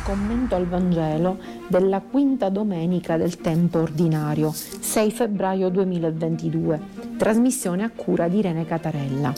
commento al Vangelo della quinta domenica del tempo ordinario, 6 febbraio 2022, trasmissione a cura di Irene Catarella.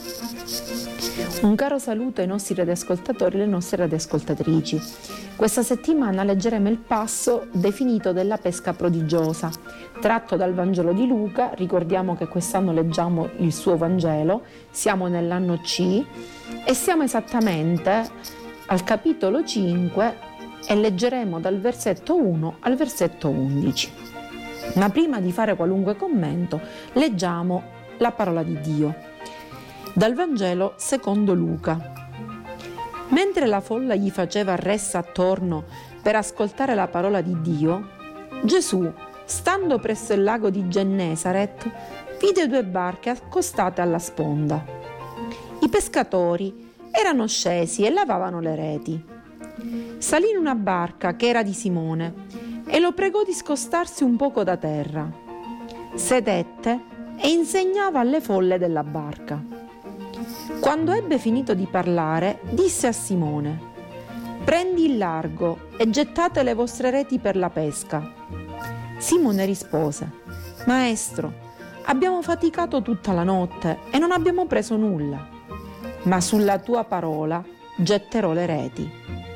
Un caro saluto ai nostri radioascoltatori e alle nostre radioascoltatrici. Questa settimana leggeremo il passo definito della pesca prodigiosa, tratto dal Vangelo di Luca. Ricordiamo che quest'anno leggiamo il suo Vangelo, siamo nell'anno C e siamo esattamente al capitolo 5 e leggeremo dal versetto 1 al versetto 11. Ma prima di fare qualunque commento, leggiamo la parola di Dio. Dal Vangelo secondo Luca. Mentre la folla gli faceva ressa attorno per ascoltare la parola di Dio, Gesù, stando presso il lago di Gennesaret, vide 2 barche accostate alla sponda. I pescatori erano scesi e lavavano le reti. Salì in una barca che era di Simone e lo pregò di scostarsi un poco da terra. Sedette e insegnava alle folle della barca. Quando ebbe finito di parlare, disse a Simone: «Prendi il largo e gettate le vostre reti per la pesca». Simone rispose: «Maestro, abbiamo faticato tutta la notte e non abbiamo preso nulla, ma sulla tua parola getterò le reti».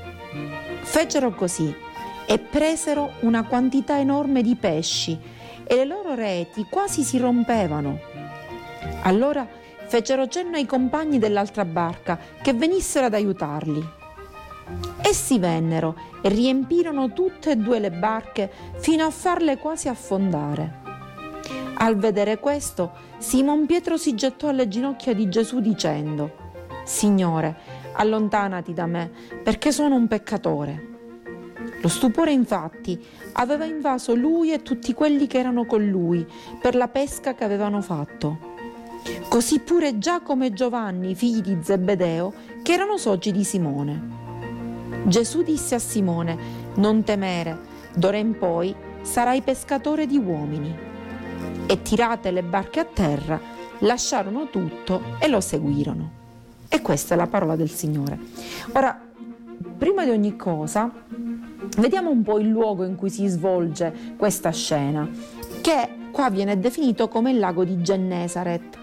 Fecero così e presero una quantità enorme di pesci e le loro reti quasi si rompevano. Allora fecero cenno ai compagni dell'altra barca che venissero ad aiutarli. Essi vennero e riempirono tutte e 2 le barche fino a farle quasi affondare. Al vedere questo, Simon Pietro si gettò alle ginocchia di Gesù dicendo: «Signore, allontanati da me, perché sono un peccatore». Lo stupore infatti aveva invaso lui e tutti quelli che erano con lui per la pesca che avevano fatto. Così pure Giacomo e Giovanni, figli di Zebedeo, che erano soci di Simone. Gesù disse a Simone: «Non temere, d'ora in poi sarai pescatore di uomini». E tirate le barche a terra, lasciarono tutto e lo seguirono. E questa è la parola del Signore. Ora, prima di ogni cosa, vediamo un po' il luogo in cui si svolge questa scena, che qua viene definito come il lago di Gennesaret.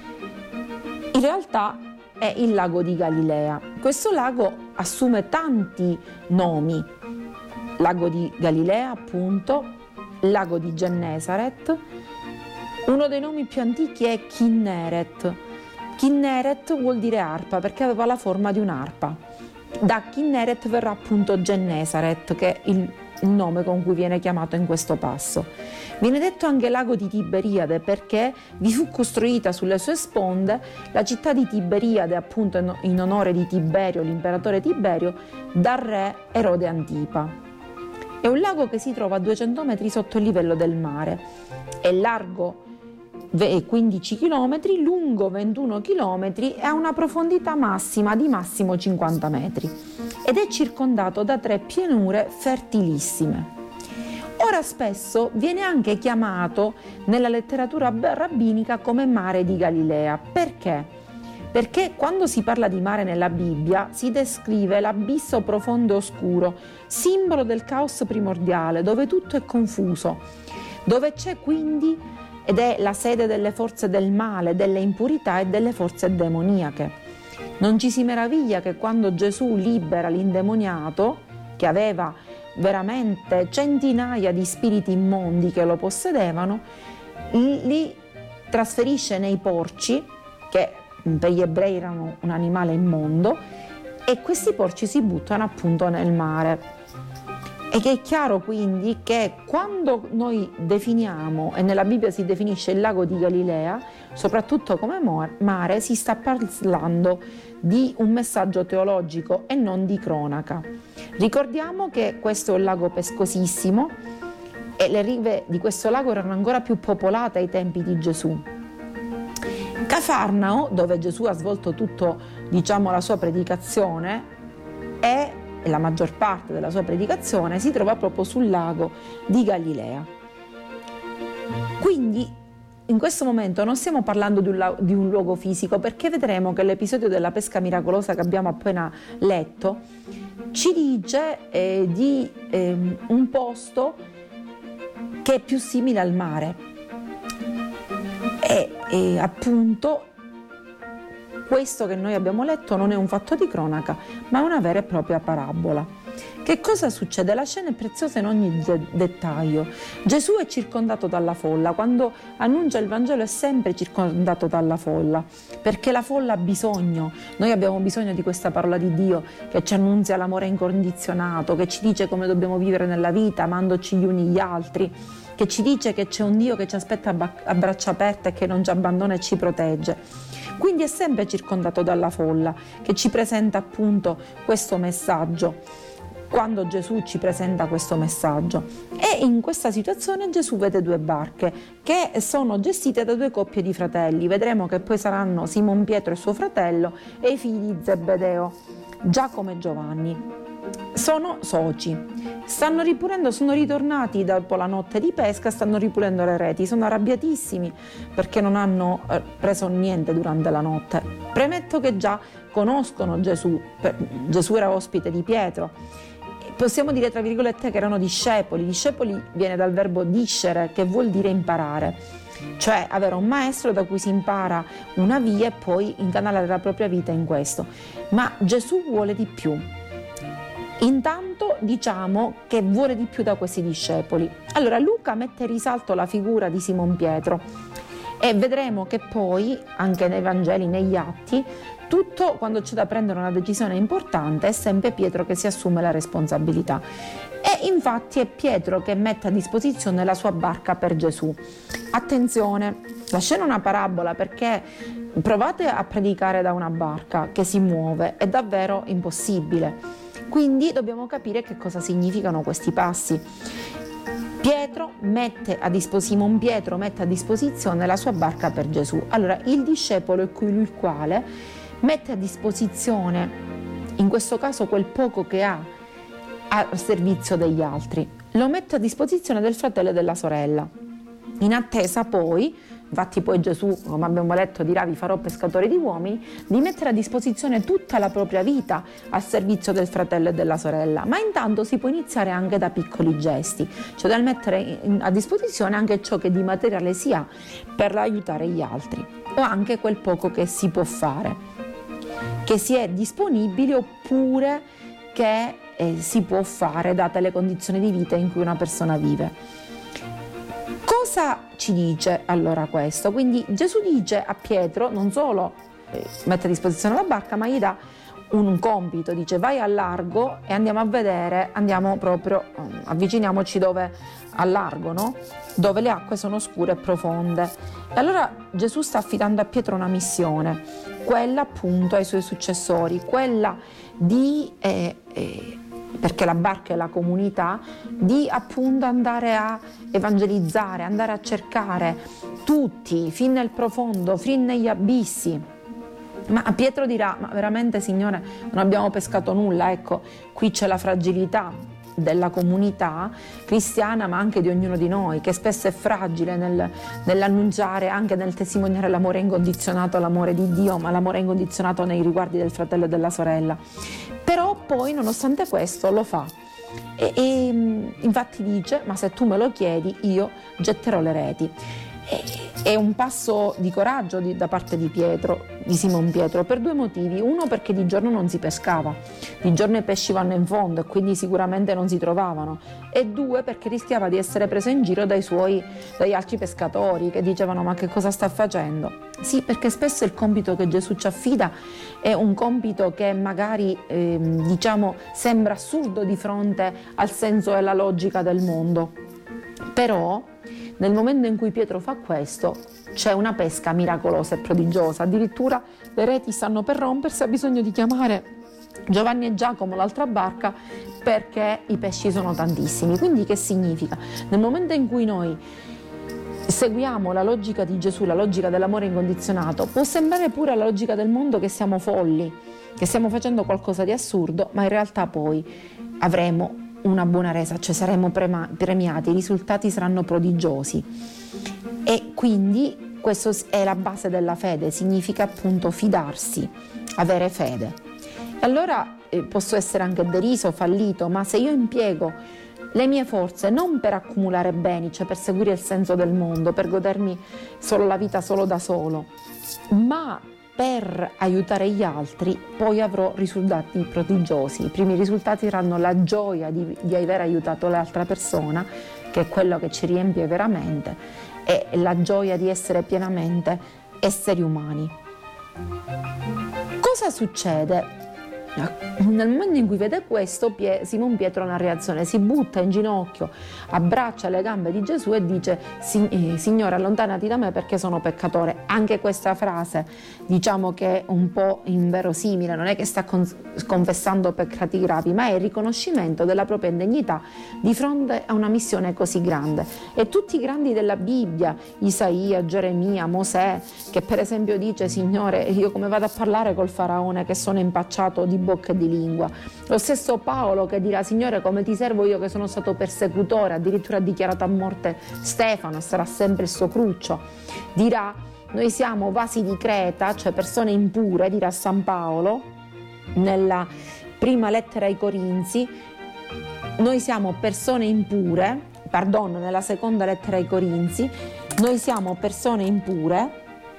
In realtà è il lago di Galilea. Questo lago assume tanti nomi: lago di Galilea, appunto, lago di Gennesaret. Uno dei nomi più antichi è Kinneret. Kinneret vuol dire arpa perché aveva la forma di un'arpa. Da Kinneret verrà appunto Gennesaret, che è il nome con cui viene chiamato in questo passo. Viene detto anche lago di Tiberiade perché vi fu costruita sulle sue sponde la città di Tiberiade, appunto in onore di Tiberio, l'imperatore Tiberio, dal re Erode Antipa. È un lago che si trova a 200 metri sotto il livello del mare, è largo 15 km, lungo 21 km e ha una profondità massima di massimo 50 metri ed è circondato da 3 pianure fertilissime. Ora spesso viene anche chiamato nella letteratura rabbinica come mare di Galilea. Perché? Perché quando si parla di mare nella Bibbia si descrive l'abisso profondo e oscuro, simbolo del caos primordiale, dove tutto è confuso, dove c'è quindi ed è la sede delle forze del male, delle impurità e delle forze demoniache. Non ci si meraviglia che quando Gesù libera l'indemoniato, che aveva veramente centinaia di spiriti immondi che lo possedevano, li trasferisce nei porci, che per gli ebrei erano un animale immondo, e questi porci si buttano appunto nel mare. E che è chiaro quindi che quando noi definiamo, e nella Bibbia si definisce il lago di Galilea, soprattutto come mare, si sta parlando di un messaggio teologico e non di cronaca. Ricordiamo che questo è un lago pescosissimo e le rive di questo lago erano ancora più popolate ai tempi di Gesù. Cafarnao, dove Gesù ha svolto tutto, la sua predicazione, e la maggior parte della sua predicazione si trova proprio sul lago di Galilea. Quindi in questo momento non stiamo parlando di un luogo fisico, perché vedremo che l'episodio della pesca miracolosa che abbiamo appena letto ci dice di un posto che è più simile al mare e appunto questo che noi abbiamo letto non è un fatto di cronaca, ma è una vera e propria parabola. Che cosa succede? La scena è preziosa in ogni dettaglio. Gesù è circondato dalla folla, quando annuncia il Vangelo è sempre circondato dalla folla, perché la folla ha bisogno, noi abbiamo bisogno di questa parola di Dio che ci annunzia l'amore incondizionato, che ci dice come dobbiamo vivere nella vita, amandoci gli uni gli altri, che ci dice che c'è un Dio che ci aspetta a braccia aperte e che non ci abbandona e ci protegge. Quindi è sempre circondato dalla folla che ci presenta appunto questo messaggio, quando Gesù ci presenta questo messaggio. E in questa situazione Gesù vede due barche che sono gestite da due coppie di fratelli. Vedremo che poi saranno Simon Pietro e suo fratello e i figli di Zebedeo, Giacomo e Giovanni. Sono soci, sono ritornati dopo la notte di pesca, stanno ripulendo le reti, sono arrabbiatissimi perché non hanno preso niente durante la notte. Premetto che già conoscono Gesù, Gesù era ospite di Pietro, possiamo dire tra virgolette che erano discepoli. Discepoli viene dal verbo discere, che vuol dire imparare, cioè avere un maestro da cui si impara una via e poi incanalare la propria vita in questo. Ma Gesù vuole di più. Intanto diciamo che vuole di più da questi discepoli. Allora Luca mette in risalto la figura di Simon Pietro e vedremo che poi anche nei Vangeli, negli Atti, tutto quando c'è da prendere una decisione importante è sempre Pietro che si assume la responsabilità. E infatti è Pietro che mette a disposizione la sua barca per Gesù. Attenzione, la scena è una parabola perché provate a predicare da una barca che si muove, è davvero impossibile. Quindi dobbiamo capire che cosa significano questi passi. Simon Pietro mette a disposizione la sua barca per Gesù. Allora il discepolo è colui il quale mette a disposizione, in questo caso quel poco che ha al servizio degli altri, lo mette a disposizione del fratello e della sorella, in attesa poi, infatti poi Gesù, come abbiamo letto, dirà vi farò pescatori di uomini, di mettere a disposizione tutta la propria vita al servizio del fratello e della sorella. Ma intanto si può iniziare anche da piccoli gesti, cioè dal mettere a disposizione anche ciò che di materiale si ha per aiutare gli altri, o anche quel poco che si può fare, che si è disponibili oppure che si può fare date le condizioni di vita in cui una persona vive. Cosa ci dice allora questo? Quindi Gesù dice a Pietro non solo mette a disposizione la barca, ma gli dà un compito, dice vai al largo e andiamo a vedere, andiamo proprio, avviciniamoci dove al largo, no? Dove le acque sono scure e profonde. E allora Gesù sta affidando a Pietro una missione, quella appunto ai suoi successori, quella di perché la barca è la comunità, di appunto andare a evangelizzare, andare a cercare tutti, fin nel profondo, fin negli abissi. Ma Pietro dirà, ma veramente Signore non abbiamo pescato nulla, ecco, qui c'è la fragilità della comunità cristiana, ma anche di ognuno di noi, che spesso è fragile nell'annunciare, anche nel testimoniare l'amore incondizionato, l'amore di Dio, ma l'amore incondizionato nei riguardi del fratello e della sorella. Però poi, nonostante questo, lo fa. E infatti dice, ma se tu me lo chiedi, io getterò le reti. È un passo di coraggio da parte di Simon Pietro, per due motivi. Uno, perché di giorno non si pescava, di giorno i pesci vanno in fondo e quindi sicuramente non si trovavano, e due, perché rischiava di essere preso in giro dagli altri pescatori che dicevano ma che cosa sta facendo? Sì, perché spesso il compito che Gesù ci affida è un compito che magari sembra assurdo di fronte al senso e alla logica del mondo, però nel momento in cui Pietro fa questo c'è una pesca miracolosa e prodigiosa, addirittura le reti stanno per rompersi, ha bisogno di chiamare Giovanni e Giacomo, l'altra barca, perché i pesci sono tantissimi. Quindi che significa? Nel momento in cui noi seguiamo la logica di Gesù, la logica dell'amore incondizionato, può sembrare pure la logica del mondo che siamo folli, che stiamo facendo qualcosa di assurdo, ma in realtà poi avremo una buona resa, cioè saremo premiati, i risultati saranno prodigiosi. E quindi questa è la base della fede, significa appunto fidarsi, avere fede. E allora posso essere anche deriso, fallito, ma se io impiego le mie forze non per accumulare beni, cioè per seguire il senso del mondo, per godermi solo la vita solo da solo, ma per aiutare gli altri, poi avrò risultati prodigiosi. I primi risultati saranno la gioia di aver aiutato l'altra persona, che è quello che ci riempie veramente, e la gioia di essere pienamente esseri umani. Cosa succede? Nel momento in cui vede questo, Simon Pietro ha una reazione, si butta in ginocchio, abbraccia le gambe di Gesù e dice: Signore, allontanati da me perché sono peccatore. Anche questa frase, diciamo che è un po' inverosimile, non è che sta confessando peccati gravi, ma è il riconoscimento della propria indegnità di fronte a una missione così grande. E tutti i grandi della Bibbia, Isaia, Geremia, Mosè, che per esempio dice: Signore, io come vado a parlare col faraone che sono impacciato di bocca e di lingua. Lo stesso Paolo che dirà: Signore, come ti servo io che sono stato persecutore, addirittura ha dichiarato a morte Stefano, sarà sempre il suo cruccio. Dirà: noi siamo vasi di Creta, cioè persone impure, dirà San Paolo nella prima lettera ai Corinzi. Noi siamo persone impure, nella seconda lettera ai Corinzi, noi siamo persone impure,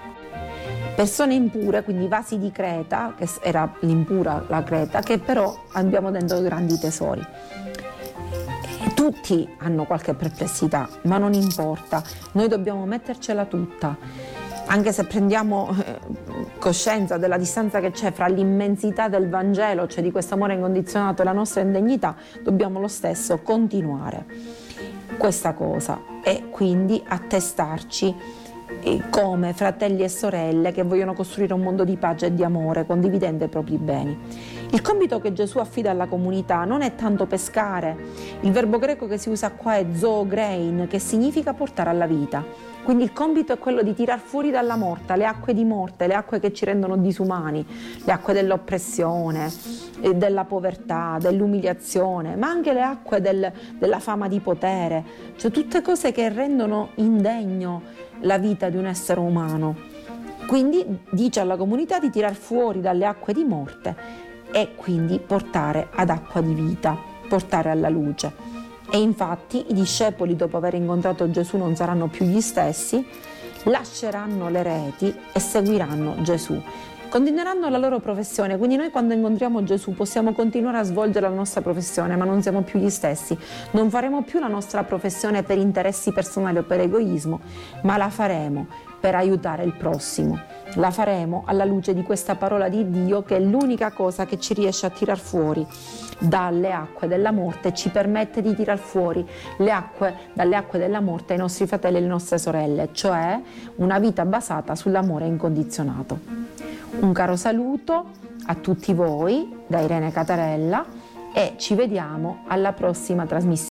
quindi vasi di Creta, che era l'impura la Creta, che però abbiamo dentro grandi tesori. E tutti hanno qualche perplessità, ma non importa, noi dobbiamo mettercela tutta, anche se prendiamo coscienza della distanza che c'è fra l'immensità del Vangelo, cioè di questo amore incondizionato, e la nostra indegnità, dobbiamo lo stesso continuare questa cosa e quindi attestarci come fratelli e sorelle che vogliono costruire un mondo di pace e di amore, condividendo i propri beni. Il compito che Gesù affida alla comunità non è tanto pescare, il verbo greco che si usa qua è zoogrein, che significa portare alla vita. Quindi il compito è quello di tirar fuori dalla morte le acque di morte, le acque che ci rendono disumani, le acque dell'oppressione, della povertà, dell'umiliazione, ma anche le acque della fama di potere, cioè tutte cose che rendono indegno la vita di un essere umano. Quindi dice alla comunità di tirar fuori dalle acque di morte e quindi portare ad acqua di vita, portare alla luce. E infatti i discepoli, dopo aver incontrato Gesù, non saranno più gli stessi, lasceranno le reti e seguiranno Gesù. Continueranno la loro professione, quindi noi quando incontriamo Gesù possiamo continuare a svolgere la nostra professione, ma non siamo più gli stessi. Non faremo più la nostra professione per interessi personali o per egoismo, ma la faremo per aiutare il prossimo. La faremo alla luce di questa parola di Dio, che è l'unica cosa che ci riesce a tirar fuori dalle acque della morte, ci permette di tirar fuori dalle acque della morte ai nostri fratelli e alle nostre sorelle, cioè una vita basata sull'amore incondizionato. Un caro saluto a tutti voi da Irene Catarella e ci vediamo alla prossima trasmissione.